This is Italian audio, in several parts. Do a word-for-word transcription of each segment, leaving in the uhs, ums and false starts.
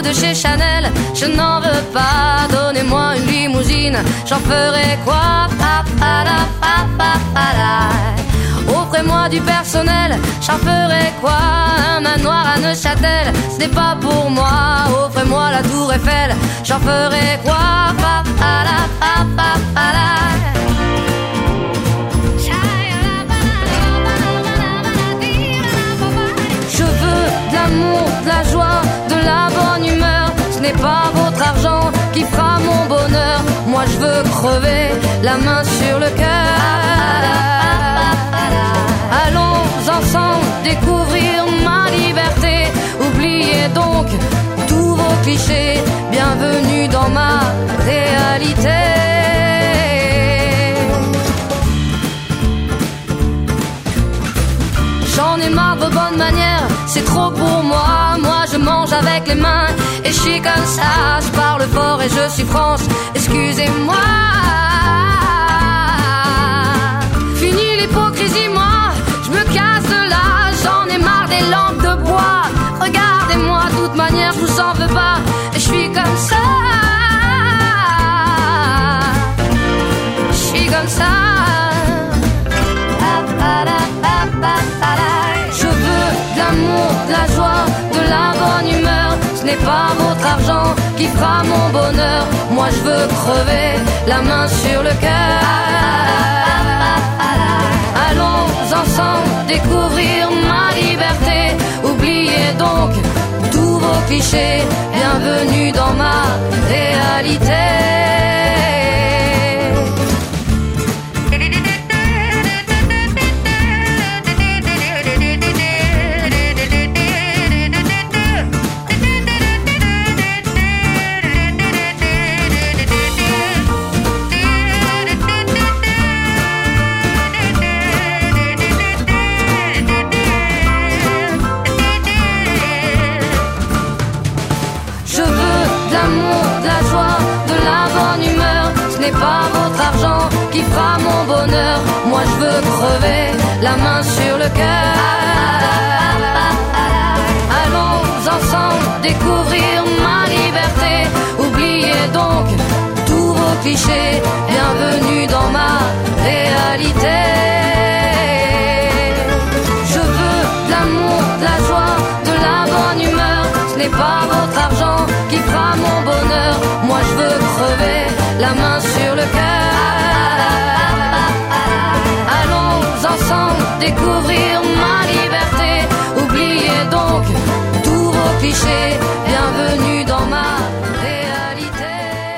de chez Chanel, je n'en veux pas. Donnez-moi une limousine, j'en ferai quoi? Pa, pa, la, pa, pa, pa, la. Offrez-moi du personnel, j'en ferai quoi? Un manoir à Neuchâtel, ce n'est pas pour moi. Offrez-moi la tour Eiffel, j'en ferai quoi? Pa, pa, la, pa, pa, pa, la. Je veux de l'amour, de la joie, de la bonne humeur. Ce n'est pas votre argent qui fera mon bonheur. Moi je veux crever, la main sur le cœur. Allons ensemble découvrir ma liberté. Oubliez donc tous vos clichés. Bienvenue dans ma réalité. J'en ai marre de vos bonnes manières, c'est trop pour moi. Moi je mange avec les mains et je suis comme ça. Je parle fort et je suis France, excusez-moi. Fini l'hypocrisie, moi, je me casse de là. J'en ai marre des lampes de bois. Regardez-moi, de toute manière je vous en veux pas. Et je suis comme ça. Je suis comme ça. Je veux de l'amour, de la joie, de la bonne humeur. Ce n'est pas votre argent qui fera mon bonheur. Moi je veux crever, la main sur le cœur. Allons ensemble découvrir ma liberté. Oubliez donc tous vos clichés. Bienvenue dans ma réalité. Pas votre argent qui fera mon bonheur. Moi je veux crever, la main sur le cœur. Allons ensemble découvrir ma liberté. Oubliez donc tous vos clichés. Bienvenue dans ma réalité. Je veux de l'amour, de la joie, de la bonne humeur. Ce n'est pas votre argent qui fera mon bonheur. Moi je veux crever, la main sur le cœur. Allons ensemble découvrir ma liberté. Oubliez donc tous vos clichés. Bienvenue dans ma réalité.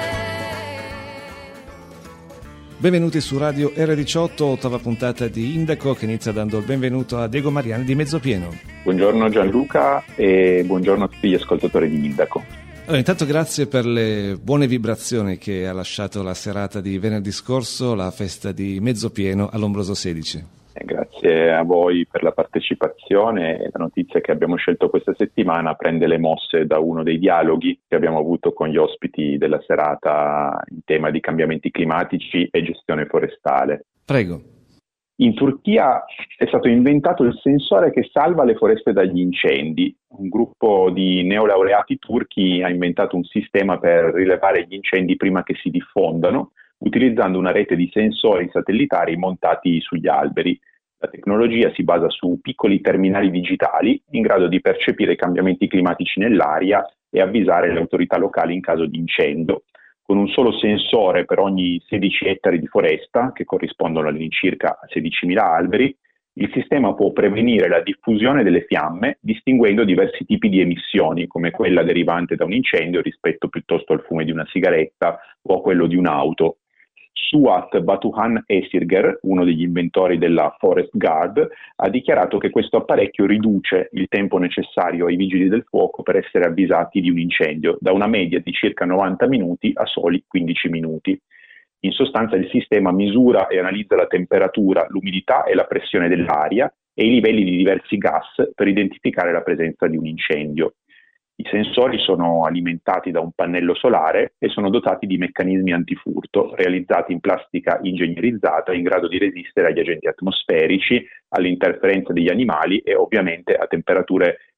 Benvenuti su Radio R diciotto, ottava puntata di Indaco, che inizia dando il benvenuto a Diego Mariani di Mezzopieno. Buongiorno Gianluca e buongiorno a tutti gli ascoltatori di Indaco. Allora, intanto grazie per le buone vibrazioni che ha lasciato la serata di venerdì scorso, la festa di Mezzopieno all'Ombroso sedici. Eh, grazie a voi per la partecipazione. La notizia che abbiamo scelto questa settimana prende le mosse da uno dei dialoghi che abbiamo avuto con gli ospiti della serata in tema di cambiamenti climatici e gestione forestale. Prego. In Turchia è stato inventato il sensore che salva le foreste dagli incendi. Un gruppo di neolaureati turchi ha inventato un sistema per rilevare gli incendi prima che si diffondano, utilizzando una rete di sensori satellitari montati sugli alberi. La tecnologia si basa su piccoli terminali digitali in grado di percepire i cambiamenti climatici nell'aria e avvisare le autorità locali in caso di incendio. Con un solo sensore per ogni sedici ettari di foresta, che corrispondono all'incirca a sedicimila alberi, il sistema può prevenire la diffusione delle fiamme, distinguendo diversi tipi di emissioni, come quella derivante da un incendio rispetto piuttosto al fumo di una sigaretta o a quello di un'auto. Suat Batuhan Esirger, uno degli inventori della Forest Guard, ha dichiarato che questo apparecchio riduce il tempo necessario ai vigili del fuoco per essere avvisati di un incendio, da una media di circa novanta minuti a soli quindici minuti. In sostanza il sistema misura e analizza la temperatura, l'umidità e la pressione dell'aria e i livelli di diversi gas per identificare la presenza di un incendio. I sensori sono alimentati da un pannello solare e sono dotati di meccanismi antifurto realizzati in plastica ingegnerizzata in grado di resistere agli agenti atmosferici, alle interferenze degli animali e ovviamente a temperature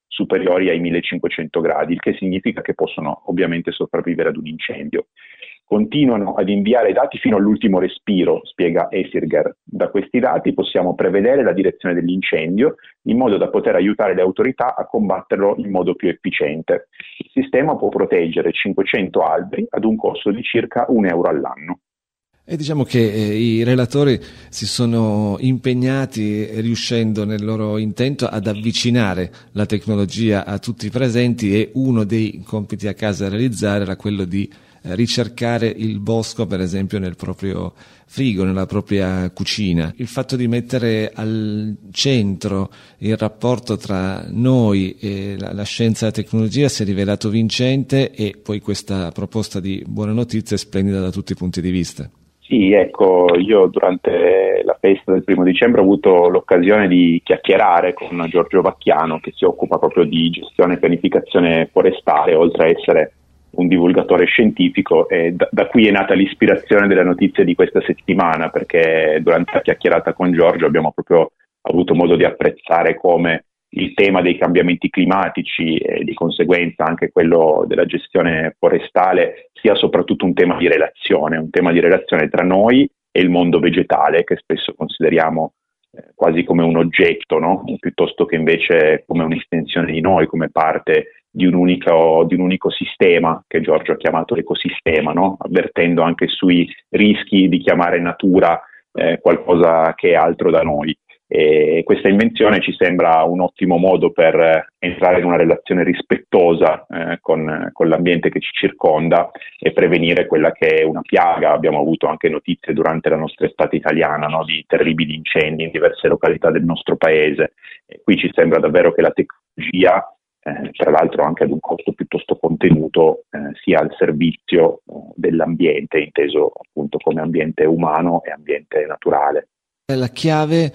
superiori ai millecinquecento gradi, il che significa che possono ovviamente sopravvivere ad un incendio. Continuano ad inviare dati fino all'ultimo respiro, spiega Esirger. Da questi dati possiamo prevedere la direzione dell'incendio in modo da poter aiutare le autorità a combatterlo in modo più efficiente. Il sistema può proteggere cinquecento alberi ad un costo di circa un euro all'anno. E diciamo che eh, i relatori si sono impegnati, riuscendo nel loro intento ad avvicinare la tecnologia a tutti i presenti, e uno dei compiti a casa da realizzare era quello di eh, ricercare il bosco, per esempio, nel proprio frigo, nella propria cucina. Il fatto di mettere al centro il rapporto tra noi e la, la scienza e la tecnologia si è rivelato vincente, e poi questa proposta di buone notizie è splendida da tutti i punti di vista. Sì, ecco, io durante la festa del primo dicembre ho avuto l'occasione di chiacchierare con Giorgio Vacchiano, che si occupa proprio di gestione e pianificazione forestale, oltre a essere un divulgatore scientifico, e da, da qui è nata l'ispirazione delle notizie di questa settimana, perché durante la chiacchierata con Giorgio abbiamo proprio avuto modo di apprezzare come il tema dei cambiamenti climatici e di conseguenza anche quello della gestione forestale sia soprattutto un tema di relazione, un tema di relazione tra noi e il mondo vegetale, che spesso consideriamo eh, quasi come un oggetto, no? Piuttosto che invece come un'estensione di noi, come parte di un unico, di un unico sistema che Giorgio ha chiamato ecosistema, no? Avvertendo anche sui rischi di chiamare natura eh, qualcosa che è altro da noi. E questa invenzione ci sembra un ottimo modo per entrare in una relazione rispettosa eh, con, con l'ambiente che ci circonda e prevenire quella che è una piaga. Abbiamo avuto anche notizie durante la nostra estate italiana, no, di terribili incendi in diverse località del nostro paese. E qui ci sembra davvero che la tecnologia, eh, tra l'altro anche ad un costo piuttosto contenuto, eh, sia al servizio eh, dell'ambiente, inteso appunto come ambiente umano e ambiente naturale. La chiave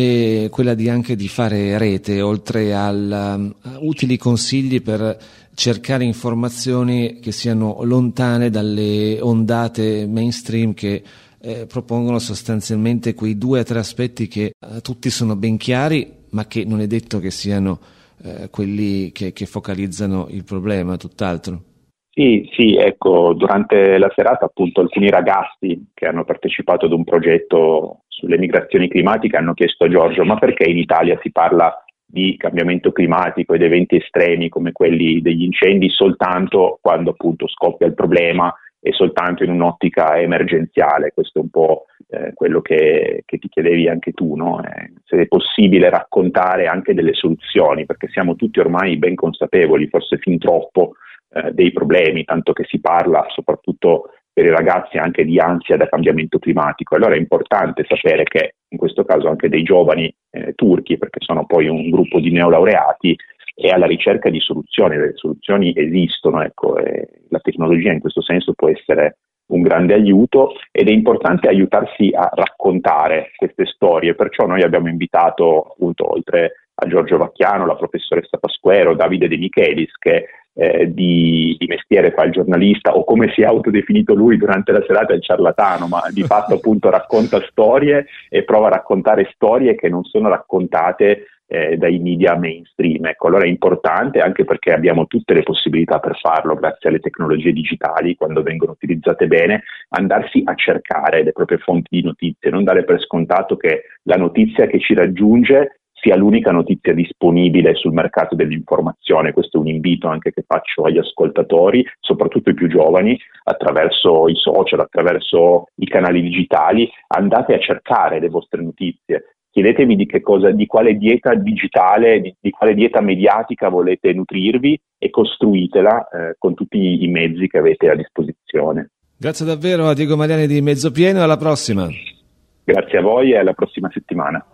è quella di anche di fare rete, oltre a um, utili consigli per cercare informazioni che siano lontane dalle ondate mainstream che eh, propongono sostanzialmente quei due o tre aspetti che a tutti sono ben chiari, ma che non è detto che siano eh, quelli che, che focalizzano il problema, tutt'altro. Sì, sì, ecco, durante la serata appunto alcuni ragazzi che hanno partecipato ad un progetto sulle migrazioni climatiche hanno chiesto a Giorgio: ma perché in Italia si parla di cambiamento climatico ed eventi estremi come quelli degli incendi soltanto quando appunto scoppia il problema e soltanto in un'ottica emergenziale? Questo è un po' eh, quello che, che ti chiedevi anche tu, no? Eh, se è possibile raccontare anche delle soluzioni, perché siamo tutti ormai ben consapevoli, forse fin troppo, dei problemi, tanto che si parla soprattutto per i ragazzi anche di ansia da cambiamento climatico. Allora è importante sapere che in questo caso anche dei giovani eh, turchi, perché sono poi un gruppo di neolaureati, è alla ricerca di soluzioni. Le soluzioni esistono, ecco, e la tecnologia in questo senso può essere un grande aiuto, ed è importante aiutarsi a raccontare queste storie. Perciò noi abbiamo invitato appunto, oltre a Giorgio Vacchiano, la professoressa Pasquero, Davide De Michelis, che eh, di, di mestiere fa il giornalista, o come si è autodefinito lui durante la serata, il ciarlatano, ma di fatto appunto racconta storie e prova a raccontare storie che non sono raccontate eh, dai media mainstream. Ecco, allora è importante, anche perché abbiamo tutte le possibilità per farlo grazie alle tecnologie digitali, quando vengono utilizzate bene, andarsi a cercare le proprie fonti di notizie, non dare per scontato che la notizia che ci raggiunge sia l'unica notizia disponibile sul mercato dell'informazione. Questo è un invito anche che faccio agli ascoltatori, soprattutto i più giovani, attraverso i social, attraverso i canali digitali. Andate a cercare le vostre notizie, chiedetevi di che cosa, di quale dieta digitale, di, di quale dieta mediatica volete nutrirvi, e costruitela eh, con tutti i mezzi che avete a disposizione. Grazie davvero a Diego Mariani di Mezzopieno, e alla prossima. Grazie a voi e alla prossima settimana.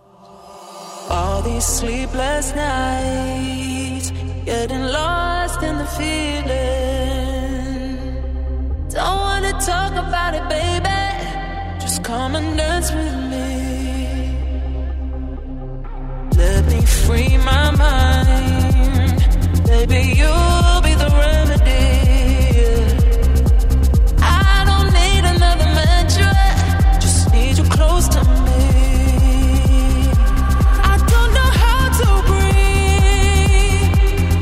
All these sleepless nights, getting lost in the feeling. Don't wanna talk about it, baby. Just come and dance with me. Let me free my mind, baby. You'll be the remedy. I don't need another mantra, just need you close to me. I don't know how to breathe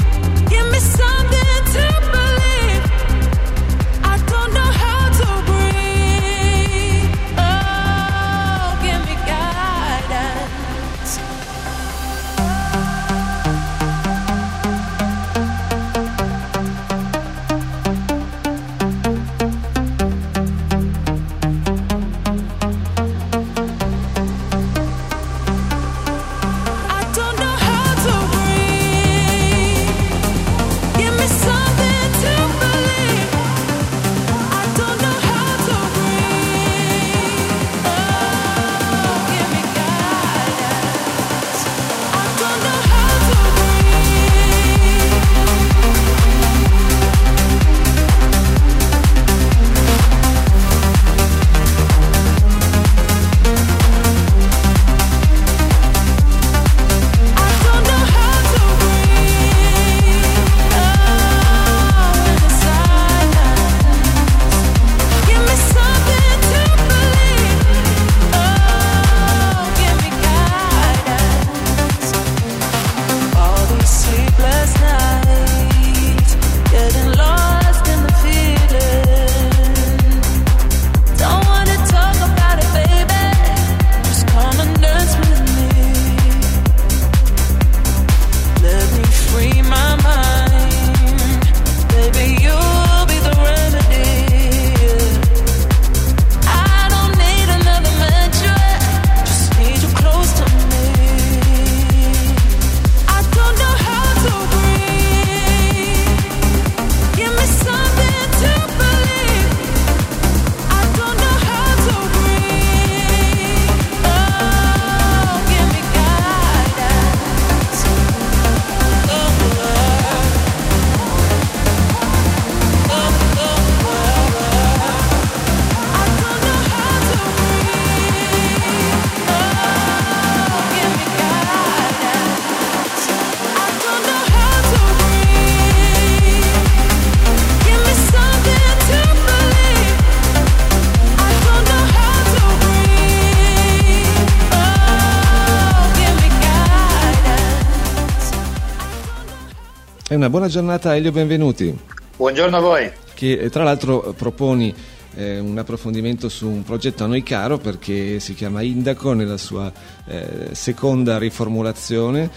Una buona giornata Elio, benvenuti. Buongiorno a voi. Che tra l'altro proponi eh, un approfondimento su un progetto a noi caro, perché si chiama Indaco nella sua eh, seconda riformulazione,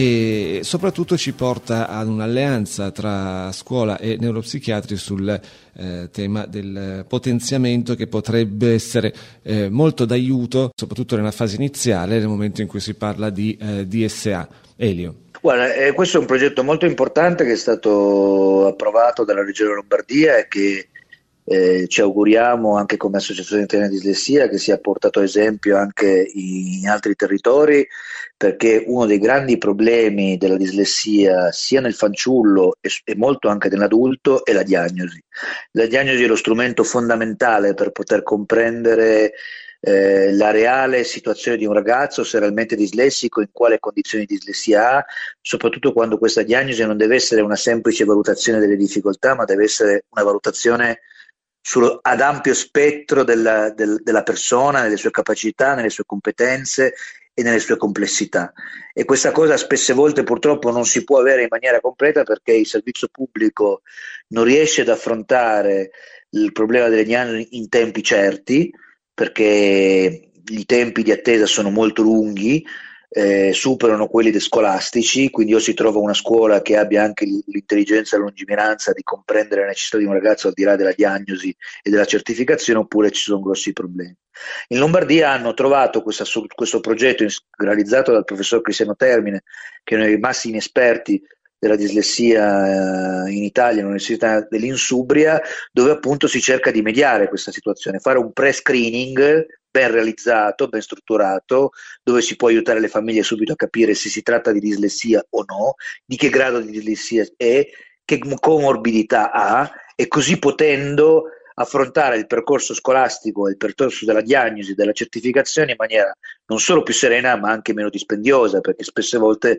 e soprattutto ci porta ad un'alleanza tra scuola e neuropsichiatri sul eh, tema del potenziamento, che potrebbe essere eh, molto d'aiuto, soprattutto nella fase iniziale, nel momento in cui si parla di eh, D S A. Elio. Guarda, eh, questo è un progetto molto importante che è stato approvato dalla Regione Lombardia e che eh, ci auguriamo anche come Associazione Italiana di Dislessia che sia portato esempio anche in altri territori, perché uno dei grandi problemi della dislessia sia nel fanciullo e, e molto anche nell'adulto è la diagnosi. La diagnosi è lo strumento fondamentale per poter comprendere Eh, la reale situazione di un ragazzo, se realmente dislessico, in quale condizioni di dislessia ha, soprattutto quando questa diagnosi non deve essere una semplice valutazione delle difficoltà, ma deve essere una valutazione sul, ad ampio spettro della, del, della persona, nelle sue capacità, nelle sue competenze e nelle sue complessità. E questa cosa spesse volte purtroppo non si può avere in maniera completa, perché il servizio pubblico non riesce ad affrontare il problema delle diagnosi in tempi certi, perché i tempi di attesa sono molto lunghi, eh, superano quelli scolastici, quindi o si trova una scuola che abbia anche l'intelligenza e la lungimiranza di comprendere la necessità di un ragazzo al di là della diagnosi e della certificazione, oppure ci sono grossi problemi. In Lombardia hanno trovato questa, questo progetto realizzato dal professor Cristiano Termine, che è uno dei massimi esperti della dislessia in Italia, all'Università dell'Insubria, dove appunto si cerca di mediare questa situazione, fare un pre-screening ben realizzato, ben strutturato, dove si può aiutare le famiglie subito a capire se si tratta di dislessia o no, di che grado di dislessia è, che comorbidità ha, e così potendo affrontare il percorso scolastico e il percorso della diagnosi, della certificazione in maniera non solo più serena ma anche meno dispendiosa, perché spesse volte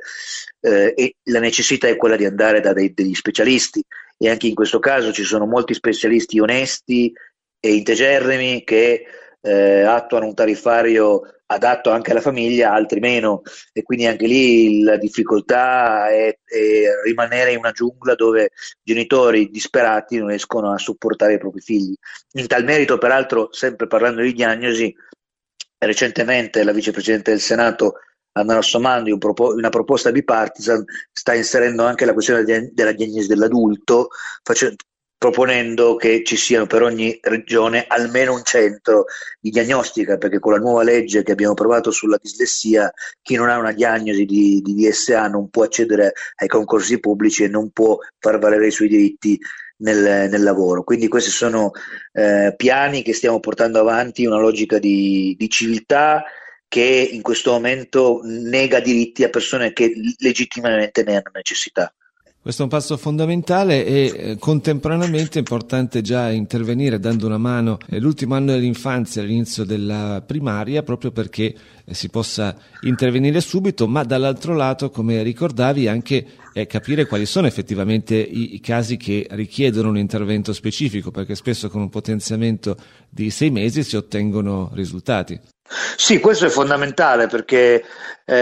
eh, la necessità è quella di andare da dei, degli specialisti, e anche in questo caso ci sono molti specialisti onesti e integerrimi che eh, attuano un tariffario adatto anche alla famiglia, altri meno, e quindi anche lì la difficoltà è, è rimanere in una giungla dove genitori disperati non riescono a supportare i propri figli. In tal merito, peraltro, sempre parlando di diagnosi, recentemente la vicepresidente del Senato Anna Rossomando, una proposta bipartisan, sta inserendo anche la questione della diagnosi dell'adulto, facendo proponendo che ci siano per ogni regione almeno un centro di diagnostica, perché con la nuova legge che abbiamo approvato sulla dislessia, chi non ha una diagnosi di, di D S A non può accedere ai concorsi pubblici e non può far valere i suoi diritti nel, nel lavoro. Quindi questi sono eh, piani che stiamo portando avanti, una logica di, di civiltà che in questo momento nega diritti a persone che legittimamente ne hanno necessità. Questo è un passo fondamentale e eh, contemporaneamente è importante già intervenire dando una mano eh, l'ultimo anno dell'infanzia, all'inizio della primaria, proprio perché eh, si possa intervenire subito, ma dall'altro lato, come ricordavi, anche eh, capire quali sono effettivamente i, i casi che richiedono un intervento specifico, perché spesso con un potenziamento di sei mesi si ottengono risultati. Sì, questo è fondamentale, perché eh,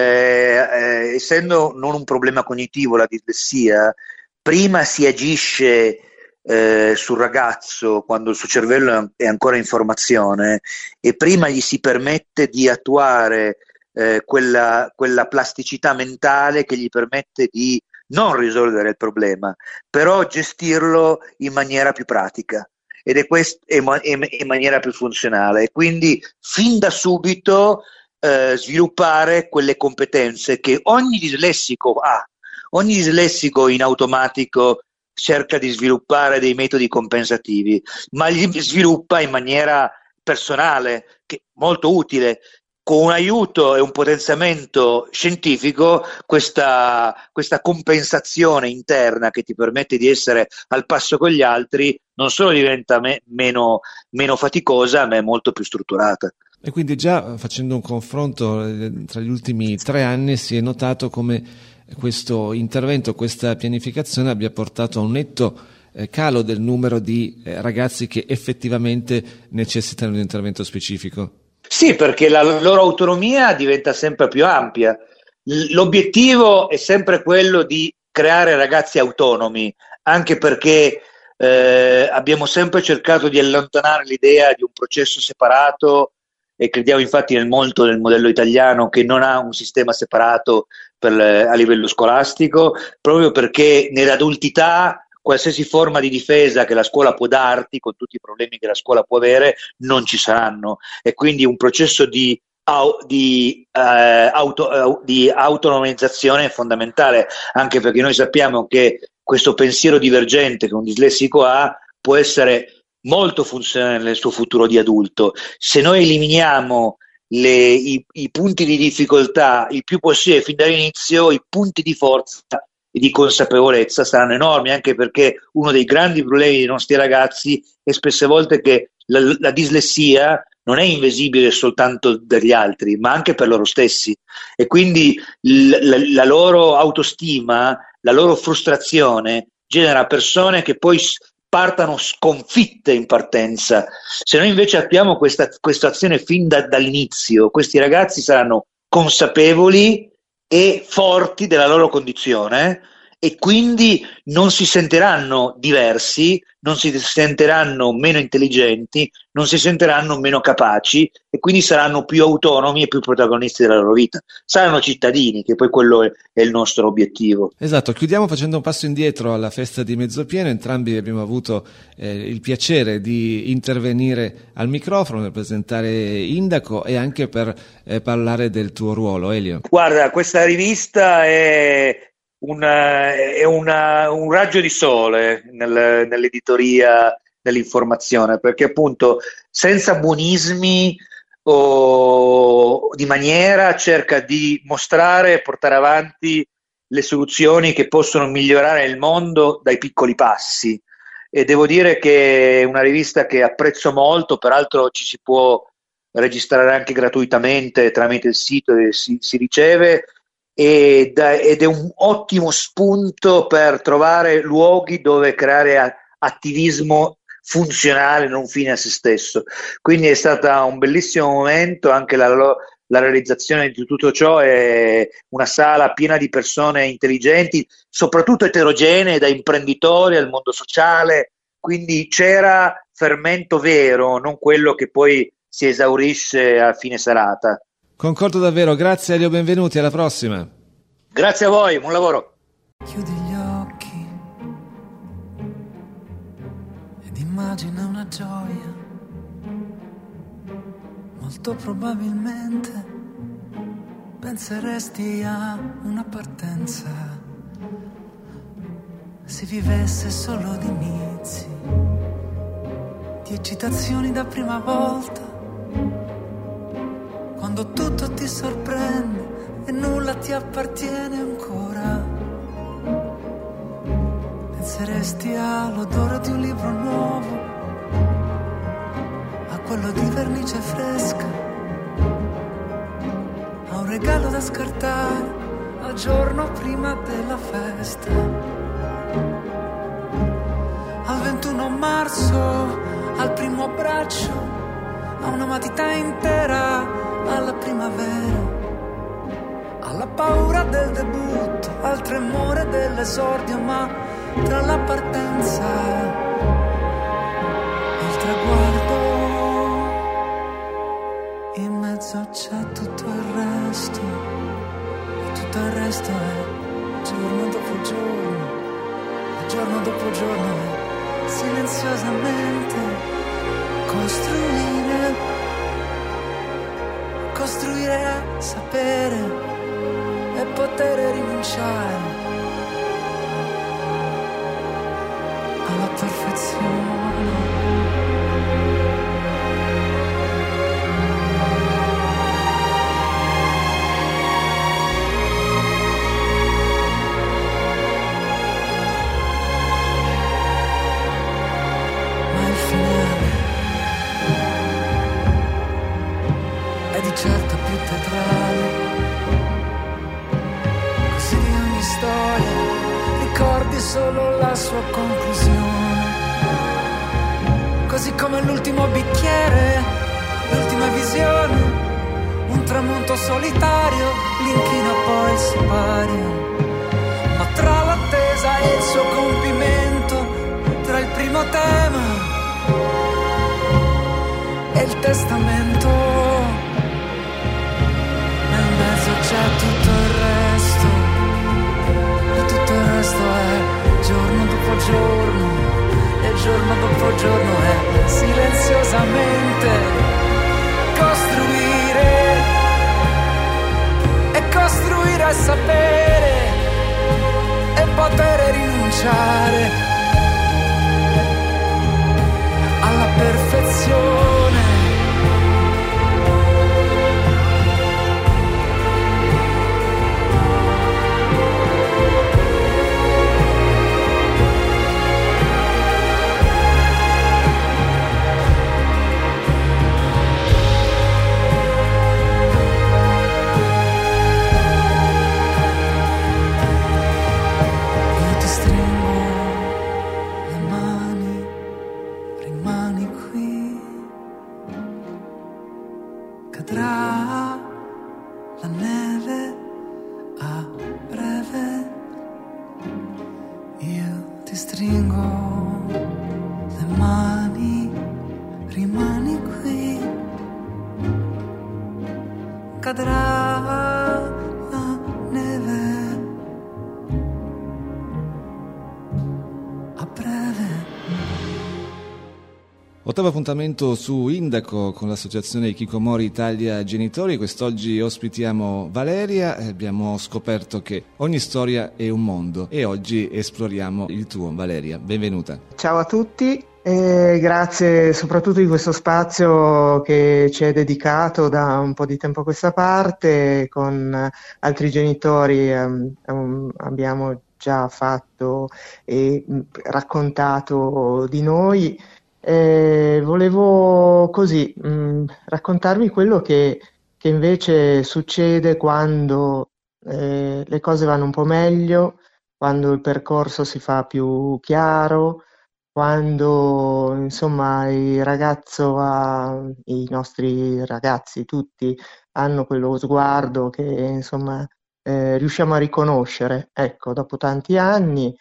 eh, essendo non un problema cognitivo la dislessia, prima si agisce eh, sul ragazzo quando il suo cervello è ancora in formazione, e prima gli si permette di attuare eh, quella, quella plasticità mentale che gli permette di non risolvere il problema, però gestirlo in maniera più pratica. Ed è questo in maniera più funzionale, e quindi fin da subito eh, sviluppare quelle competenze che ogni dislessico ha. Ogni dislessico in automatico cerca di sviluppare dei metodi compensativi, ma li sviluppa in maniera personale, che molto utile. Con un aiuto e un potenziamento scientifico, questa, questa compensazione interna che ti permette di essere al passo con gli altri non solo diventa me, meno, meno faticosa, ma è molto più strutturata. E quindi già facendo un confronto tra gli ultimi tre anni si è notato come questo intervento, questa pianificazione abbia portato a un netto calo del numero di ragazzi che effettivamente necessitano di un intervento specifico. Sì, perché la loro autonomia diventa sempre più ampia. L'obiettivo è sempre quello di creare ragazzi autonomi, anche perché eh, abbiamo sempre cercato di allontanare l'idea di un processo separato, e crediamo infatti nel molto del modello italiano, che non ha un sistema separato per, a livello scolastico, proprio perché nell'adultità qualsiasi forma di difesa che la scuola può darti, con tutti i problemi che la scuola può avere, non ci saranno, e quindi un processo di, di, eh, auto, di autonomizzazione è fondamentale, anche perché noi sappiamo che questo pensiero divergente che un dislessico ha può essere molto funzionale nel suo futuro di adulto. Se noi eliminiamo le, i, i punti di difficoltà il più possibile fin dall'inizio, i punti di forza e di consapevolezza saranno enormi, anche perché uno dei grandi problemi dei nostri ragazzi è spesse volte che la, la dislessia non è invisibile soltanto dagli altri, ma anche per loro stessi, e quindi l, la, la loro autostima, la loro frustrazione genera persone che poi partano sconfitte in partenza. Se noi invece abbiamo questa, questa azione fin da, dall'inizio, questi ragazzi saranno consapevoli e forti della loro condizione, e quindi non si sentiranno diversi, non si sentiranno meno intelligenti, non si sentiranno meno capaci, e quindi saranno più autonomi e più protagonisti della loro vita. Saranno cittadini, che poi quello è, è il nostro obiettivo. Esatto, chiudiamo facendo un passo indietro alla festa di Mezzopieno. Entrambi abbiamo avuto eh, il piacere di intervenire al microfono per presentare Indaco e anche per eh, parlare del tuo ruolo. Elio. Guarda, questa rivista è Una, è una, un raggio di sole nel, nell'editoria dell'informazione, perché appunto senza buonismi o di maniera cerca di mostrare e portare avanti le soluzioni che possono migliorare il mondo dai piccoli passi, e devo dire che è una rivista che apprezzo molto. Peraltro ci si può registrare anche gratuitamente tramite il sito e si, si riceve, ed è un ottimo spunto per trovare luoghi dove creare attivismo funzionale, non fine a se stesso. Quindi è stato un bellissimo momento anche la, la realizzazione di tutto ciò. È una sala piena di persone intelligenti, soprattutto eterogenee, da imprenditori al mondo sociale, quindi c'era fermento vero, non quello che poi si esaurisce a fine serata. Concordo davvero, grazie Elio, benvenuti, alla prossima. Grazie a voi, buon lavoro. Chiudi gli occhi ed immagina una gioia, molto probabilmente penseresti a una partenza, se vivesse solo di inizi, di eccitazioni da prima volta, quando tutto ti sorprende e nulla ti appartiene ancora. Penseresti all'odore di un libro nuovo, a quello di vernice fresca, a un regalo da scartare al giorno prima della festa, al ventuno marzo, al primo abbraccio, a una matita intera, alla primavera, alla paura del debutto, al tremore dell'esordio, ma tra la partenza e il traguardo in mezzo c'è tutto il resto, e tutto il resto è giorno dopo giorno, e giorno dopo giorno è silenziosamente costruire, costruire a sapere e poter rinunciare alla perfezione. Ma il finale è di certo più teatrale. Ricordi solo la sua conclusione, così come l'ultimo bicchiere, l'ultima visione, un tramonto solitario, l'inchino poi sipario, ma tra la terra suo compimento tra il primo tema e il testamento. Nel mezzo c'è tutto il resto, e tutto il resto è giorno dopo giorno, e giorno dopo giorno è silenziosamente costruire, e costruire è sapere e poter rinunciare alla perfezione. Ottavo appuntamento su Indaco con l'associazione Hikikomori Italia Genitori. Quest'oggi ospitiamo Valeria e abbiamo scoperto che ogni storia è un mondo e oggi esploriamo il tuo. Valeria, benvenuta. Ciao a tutti e grazie soprattutto di questo spazio che ci è dedicato da un po' di tempo a questa parte. Con altri genitori um, um, abbiamo già fatto e raccontato di noi. Eh, volevo così mh, raccontarvi quello che, che invece succede quando eh, le cose vanno un po' meglio, quando il percorso si fa più chiaro, quando insomma il ragazzo ha, i nostri ragazzi tutti hanno quello sguardo che insomma eh, riusciamo a riconoscere, ecco, dopo tanti anni.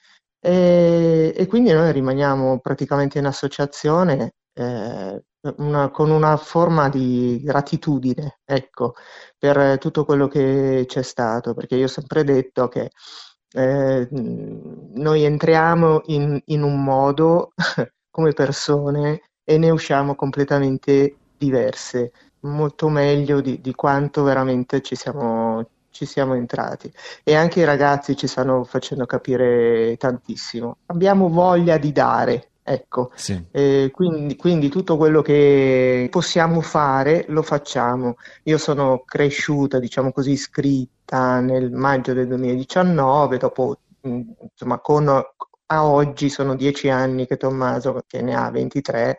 E, e quindi noi rimaniamo praticamente in associazione eh, una, con una forma di gratitudine, ecco, per tutto quello che c'è stato, perché io ho sempre detto che eh, noi entriamo in, in un modo come persone e ne usciamo completamente diverse, molto meglio di, di quanto veramente ci siamo ci siamo entrati, e anche i ragazzi ci stanno facendo capire tantissimo. Abbiamo voglia di dare, ecco, sì. eh, quindi, quindi tutto quello che possiamo fare lo facciamo. Io sono cresciuta, diciamo così, iscritta nel maggio del duemiladiciannove, dopo mh, insomma con a oggi sono dieci anni che Tommaso, che ne ha ventitré,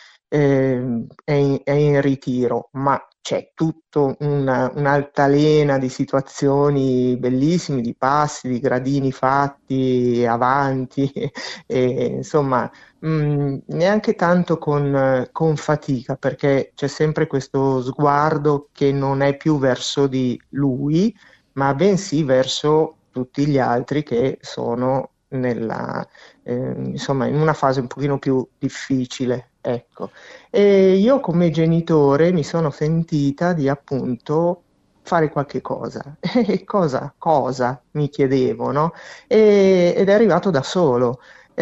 eh, è, in, è in ritiro, ma c'è tutto una, un'altalena di situazioni bellissime, di passi, di gradini fatti avanti, e, insomma, mh, neanche tanto con, con fatica, perché c'è sempre questo sguardo che non è più verso di lui, ma bensì verso tutti gli altri che sono nella, eh, insomma, in una fase un pochino più difficile, ecco. E io come genitore mi sono sentita di appunto fare qualche cosa. E cosa? Cosa? Mi chiedevo, no? E, ed è arrivato da solo.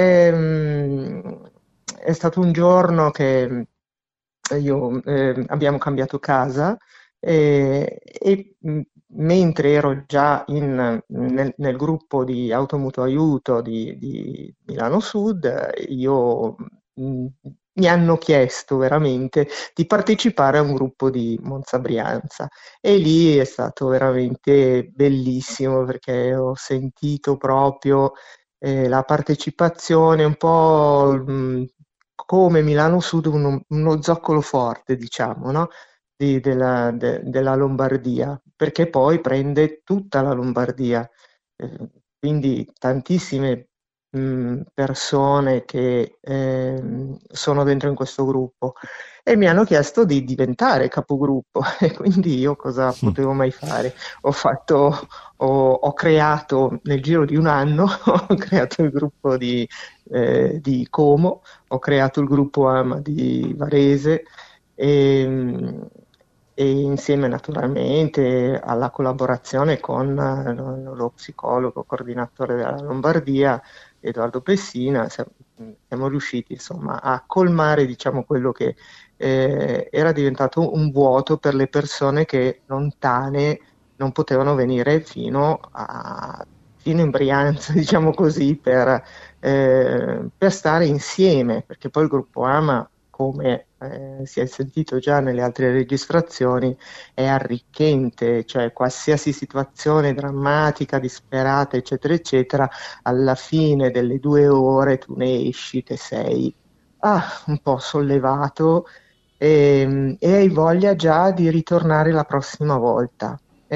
Ehm, è stato un giorno che io eh, abbiamo cambiato casa e, e mh, mentre ero già in, nel, nel gruppo di automutuo aiuto di, di Milano Sud, io mh, mi hanno chiesto veramente di partecipare a un gruppo di Monza Brianza, e lì è stato veramente bellissimo, perché ho sentito proprio eh, la partecipazione un po' mh, come Milano Sud, uno, uno zoccolo forte, diciamo, no? Di, della, de, della Lombardia, perché poi prende tutta la Lombardia, eh, quindi tantissime mh, persone che ehm, sono dentro in questo gruppo e mi hanno chiesto di diventare capogruppo e quindi io cosa potevo mai fare? Ho fatto, ho, ho creato nel giro di un anno, ho creato il gruppo di, eh, di Como, ho creato il gruppo AMA di Varese e, e insieme naturalmente alla collaborazione con eh, lo, lo psicologo coordinatore della Lombardia, Edoardo Pessina, siamo, siamo riusciti insomma a colmare diciamo quello che eh, era diventato un vuoto per le persone che lontane non potevano venire fino a fino in Brianza, diciamo così, per, eh, per stare insieme, perché poi il gruppo AMA, come eh, si è sentito già nelle altre registrazioni, è arricchente, cioè qualsiasi situazione drammatica, disperata, eccetera, eccetera, alla fine delle due ore tu ne esci che sei ah, un po' sollevato e, e hai voglia già di ritornare la prossima volta.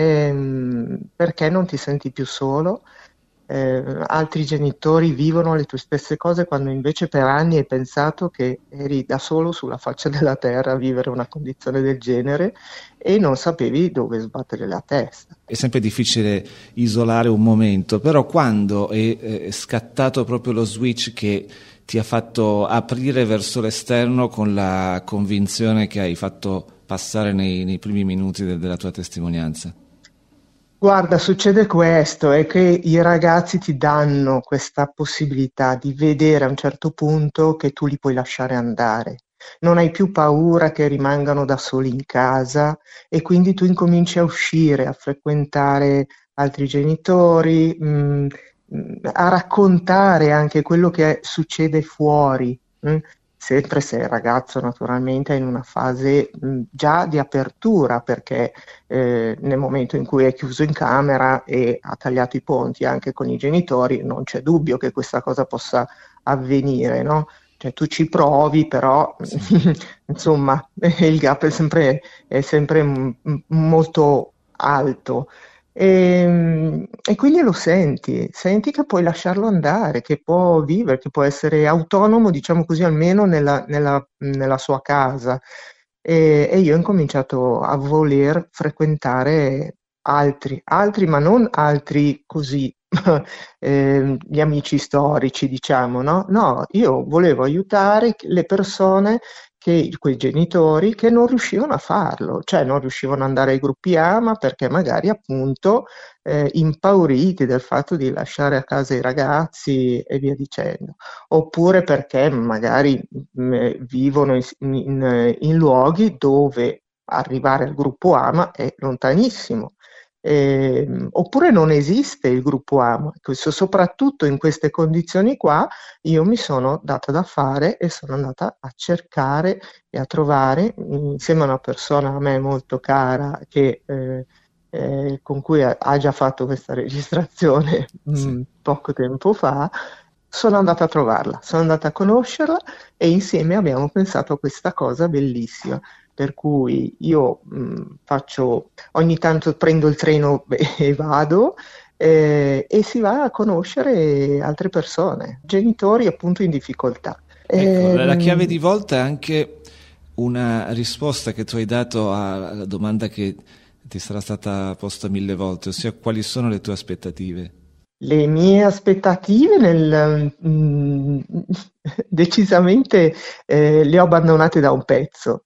Ehm, perché non ti senti più solo? Eh, altri genitori vivono le tue stesse cose quando invece per anni hai pensato che eri da solo sulla faccia della terra a vivere una condizione del genere e non sapevi dove sbattere la testa. È sempre difficile isolare un momento, però quando è, è scattato proprio lo switch che ti ha fatto aprire verso l'esterno con la convinzione che hai fatto passare nei, nei primi minuti de, della tua testimonianza? Guarda, succede questo, è che i ragazzi ti danno questa possibilità di vedere a un certo punto che tu li puoi lasciare andare. Non hai più paura che rimangano da soli in casa e quindi tu incominci a uscire, a frequentare altri genitori, mh, a raccontare anche quello che succede fuori. Mh? Sempre se il ragazzo naturalmente è in una fase mh, già di apertura, perché eh, nel momento in cui è chiuso in camera e ha tagliato i ponti anche con i genitori, non c'è dubbio che questa cosa possa avvenire, no? Cioè tu ci provi, però sì. Insomma il gap è sempre, è sempre m- m- molto alto. E, e quindi lo senti, senti che puoi lasciarlo andare, che può vivere, che può essere autonomo, diciamo così, almeno nella, nella, nella sua casa. E, e io ho incominciato a voler frequentare altri, altri, ma non altri così, eh, gli amici storici, diciamo, no? No, io volevo aiutare le persone che quei genitori che non riuscivano a farlo, cioè non riuscivano ad andare ai gruppi AMA perché magari appunto eh, impauriti del fatto di lasciare a casa i ragazzi e via dicendo, oppure perché magari mh, vivono in, in, in luoghi dove arrivare al gruppo AMA è lontanissimo. Eh, oppure non esiste il gruppo AMA. Questo, soprattutto in queste condizioni qua io mi sono data da fare e sono andata a cercare e a trovare insieme a una persona a me molto cara che, eh, eh, con cui ha, ha già fatto questa registrazione sì. mh, poco tempo fa. Sono andata a trovarla, sono andata a conoscerla e insieme abbiamo pensato a questa cosa bellissima. Per cui io mh, faccio, ogni tanto prendo il treno e vado eh, e si va a conoscere altre persone, genitori appunto in difficoltà. Ecco, la chiave di volta è anche una risposta che tu hai dato alla domanda che ti sarà stata posta mille volte, ossia quali sono le tue aspettative? Le mie aspettative nel, mh, decisamente eh, le ho abbandonate da un pezzo.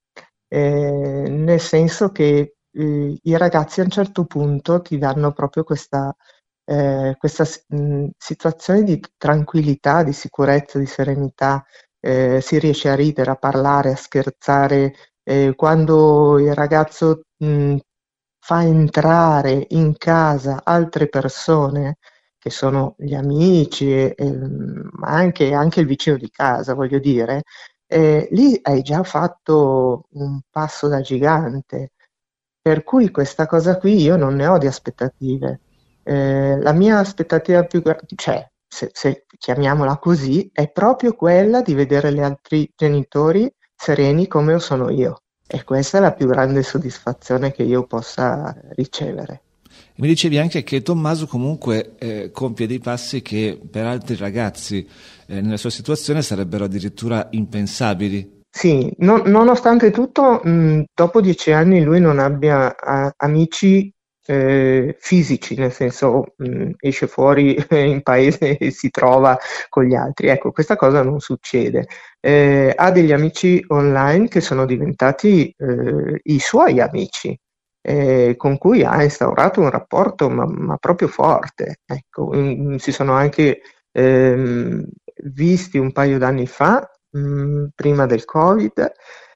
Eh, nel senso che eh, i ragazzi a un certo punto ti danno proprio questa, eh, questa mh, situazione di tranquillità, di sicurezza, di serenità, eh, si riesce a ridere, a parlare, a scherzare, eh, quando il ragazzo mh, fa entrare in casa altre persone che sono gli amici, eh, ma anche, anche il vicino di casa, voglio dire. Eh, lì hai già fatto un passo da gigante, per cui questa cosa qui io non ne ho di aspettative. Eh, la mia aspettativa più grande, cioè, se, se chiamiamola così, è proprio quella di vedere gli altri genitori sereni come lo sono io. E questa è la più grande soddisfazione che io possa ricevere. Mi dicevi anche che Tommaso comunque eh, compie dei passi che per altri ragazzi eh, nella sua situazione sarebbero addirittura impensabili. Sì, non- nonostante tutto, mh, dopo dieci anni lui non abbia a- amici eh, fisici, nel senso mh, esce fuori in paese e si trova con gli altri. Ecco, questa cosa non succede. Eh, ha degli amici online che sono diventati eh, i suoi amici, eh, con cui ha instaurato un rapporto ma, ma proprio forte. Ecco, mm, si sono anche ehm, visti un paio d'anni fa, mh, prima del Covid,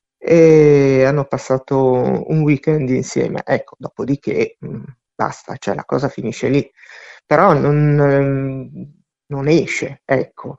e hanno passato un weekend insieme. Ecco, dopodiché mh, basta, cioè la cosa finisce lì. Però non, ehm, non esce, ecco.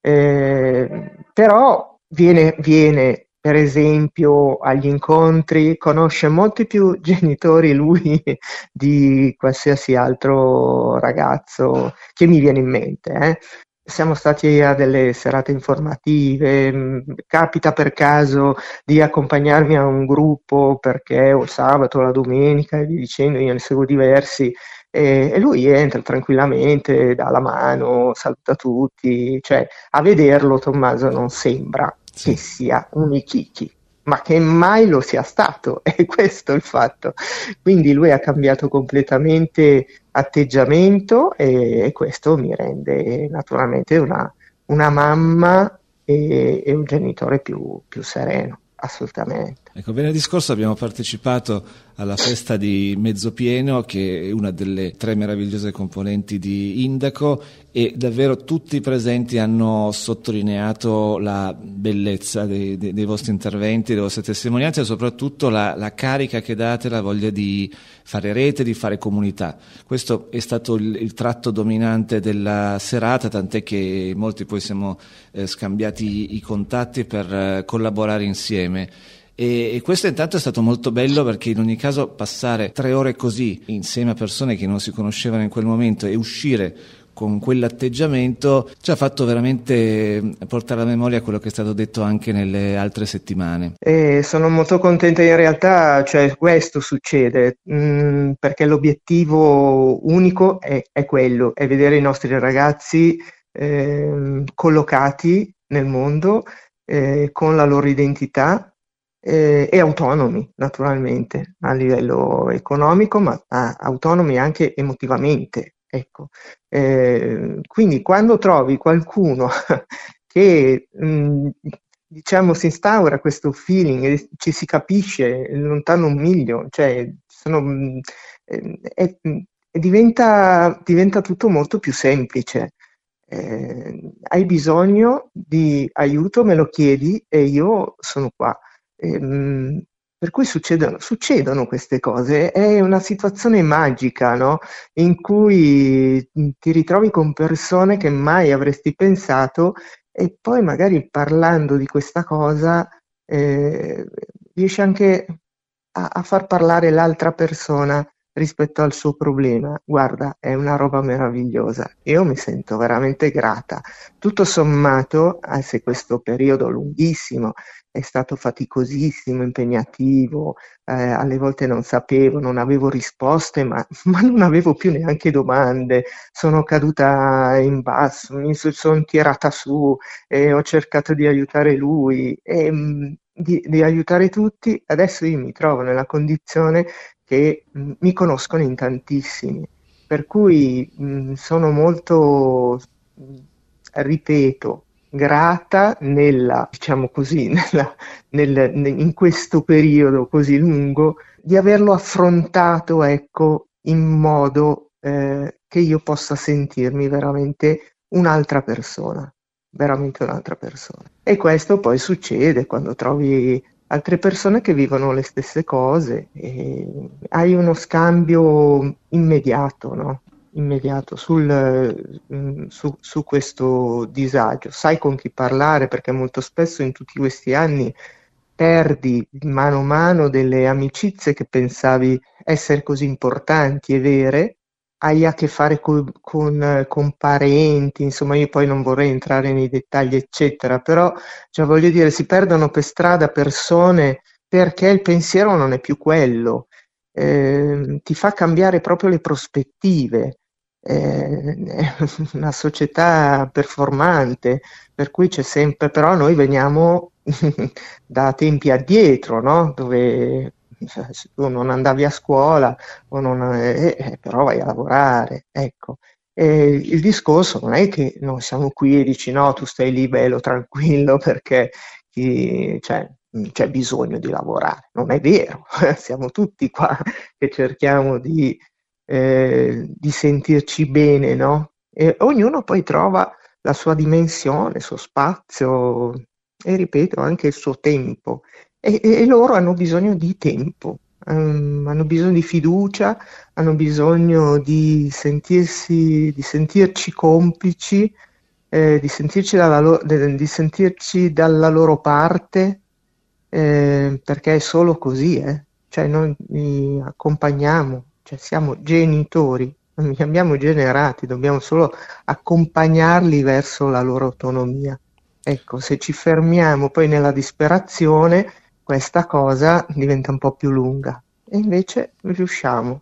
Eh, però viene, viene, per esempio, agli incontri, conosce molti più genitori lui di qualsiasi altro ragazzo che mi viene in mente, eh. Siamo stati a delle serate informative, mh, capita per caso di accompagnarmi a un gruppo perché o il sabato o la domenica e via dicendo, io ne seguo diversi, e, e lui entra tranquillamente, dà la mano, saluta tutti, cioè a vederlo Tommaso non sembra Sì. che sia un Ichiki, ma che mai lo sia stato, è questo il fatto. Quindi lui ha cambiato completamente atteggiamento e, e questo mi rende naturalmente una, una mamma e, e un genitore più, più sereno, assolutamente. Ecco, venerdì scorso abbiamo partecipato alla festa di Mezzopieno, che è una delle tre meravigliose componenti di Indaco, e davvero tutti i presenti hanno sottolineato la bellezza dei, dei, dei vostri interventi, delle vostre testimonianze e soprattutto la, la carica che date, la voglia di fare rete, di fare comunità. Questo è stato il, il tratto dominante della serata, tant'è che molti poi siamo eh, scambiati i, i contatti per eh, collaborare insieme. E, e questo intanto è stato molto bello, perché in ogni caso passare tre ore così insieme a persone che non si conoscevano in quel momento e uscire con quell'atteggiamento ci ha fatto veramente portare alla memoria quello che è stato detto anche nelle altre settimane. E sono molto contenta, in realtà, cioè questo succede, mh, perché l'obiettivo unico è, è quello, è vedere i nostri ragazzi ehm, collocati nel mondo, eh, con la loro identità, eh, e autonomi naturalmente a livello economico, ma ah, autonomi anche emotivamente. Ecco. Eh, quindi quando trovi qualcuno che mh, diciamo si instaura questo feeling e ci si capisce lontano un miglio, cioè sono, mh, eh, è- mh, diventa, diventa tutto molto più semplice. Eh, hai bisogno di aiuto, me lo chiedi e io sono qua. Ehm, per cui succedono, succedono queste cose, è una situazione magica, no? In cui mh, ti ritrovi con persone che mai avresti pensato e poi magari parlando di questa cosa eh, riesci anche a, a far parlare l'altra persona rispetto al suo problema. Guarda, è una roba meravigliosa. Io mi sento veramente grata. Tutto sommato, eh, se questo periodo lunghissimo è stato faticosissimo, impegnativo, eh, alle volte non sapevo, non avevo risposte, ma, ma non avevo più neanche domande. Sono caduta in basso, mi so- sono tirata su e ho cercato di aiutare lui e mh, di, di aiutare tutti. Adesso io mi trovo nella condizione che mh, mi conoscono in tantissimi, per cui mh, sono molto, mh, ripeto, grata nella, diciamo così, nella- nel- ne- in questo periodo così lungo di averlo affrontato, ecco, in modo eh, che io possa sentirmi veramente un'altra persona, veramente un'altra persona. E questo poi succede quando trovi altre persone che vivono le stesse cose e hai uno scambio immediato, no? Immediato sul, mm, su, su questo disagio. Sai con chi parlare perché molto spesso in tutti questi anni perdi mano a mano delle amicizie che pensavi essere così importanti e vere, hai a che fare co- con, eh, con parenti, insomma io poi non vorrei entrare nei dettagli eccetera, però cioè, voglio dire si perdono per strada persone perché il pensiero non è più quello eh, ti fa cambiare proprio le prospettive. Eh, è una società performante, per cui c'è sempre, però noi veniamo da tempi addietro, no? Dove se tu non andavi a scuola, o non, eh, eh, però vai a lavorare, ecco. E il discorso non è che noi siamo qui e dici no, tu stai lì bello, tranquillo, perché ti- cioè, c'è bisogno di lavorare. Non è vero, siamo tutti qua che cerchiamo di, eh, di sentirci bene, no? E ognuno poi trova la sua dimensione, il suo spazio e, ripeto, anche il suo tempo. E, e- e loro hanno bisogno di tempo, ehm, hanno bisogno di fiducia, hanno bisogno di sentirsi, di sentirci complici, eh, di sentirci dalla, lo- de- di sentirci dalla loro parte, eh, perché è solo così, eh. Cioè noi li accompagniamo, cioè siamo genitori, non li abbiamo generati, dobbiamo solo accompagnarli verso la loro autonomia. Ecco, se ci fermiamo poi nella disperazione, questa cosa diventa un po' più lunga. E invece riusciamo.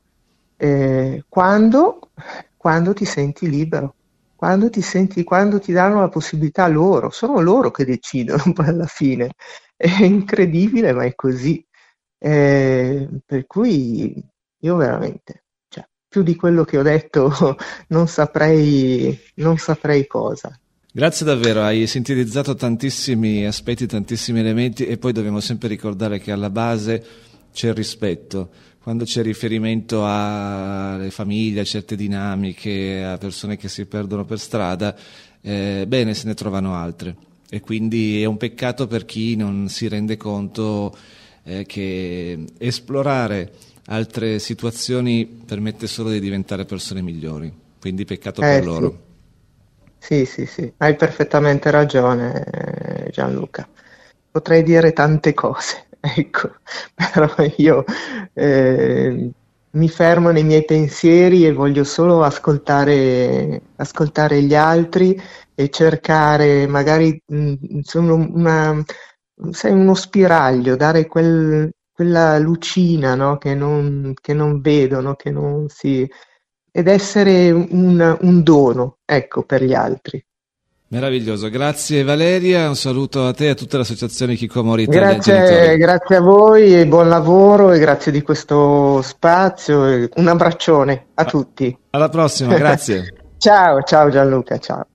Eh, quando, quando ti senti libero, quando ti senti, quando ti danno la possibilità loro, sono loro che decidono poi alla fine. È incredibile, ma è così. Eh, per cui io veramente, cioè, più di quello che ho detto, non saprei, non saprei cosa. Grazie davvero, hai sintetizzato tantissimi aspetti, tantissimi elementi, e poi dobbiamo sempre ricordare che alla base c'è il rispetto. Quando c'è riferimento alle famiglie, a certe dinamiche, a persone che si perdono per strada, eh, bene, se ne trovano altre. E quindi è un peccato per chi non si rende conto eh, che esplorare altre situazioni permette solo di diventare persone migliori. Quindi peccato Eh, per sì. loro. Sì, sì, sì, hai perfettamente ragione, eh, Gianluca. Potrei dire tante cose, ecco, però io eh, mi fermo nei miei pensieri e voglio solo ascoltare, ascoltare gli altri e cercare magari mh, insomma, una, sai, uno spiraglio, dare quel- quella lucina, no, che non, che non vedono, che non si... ed essere un, un dono, ecco, per gli altri. Meraviglioso, grazie Valeria, un saluto a te e a tutte le associazioni Hikikomori Italia Grazie, Genitori. grazie a voi e buon lavoro e grazie di questo spazio. e Un abbraccione a tutti. Alla prossima, grazie. Ciao, ciao Gianluca, ciao.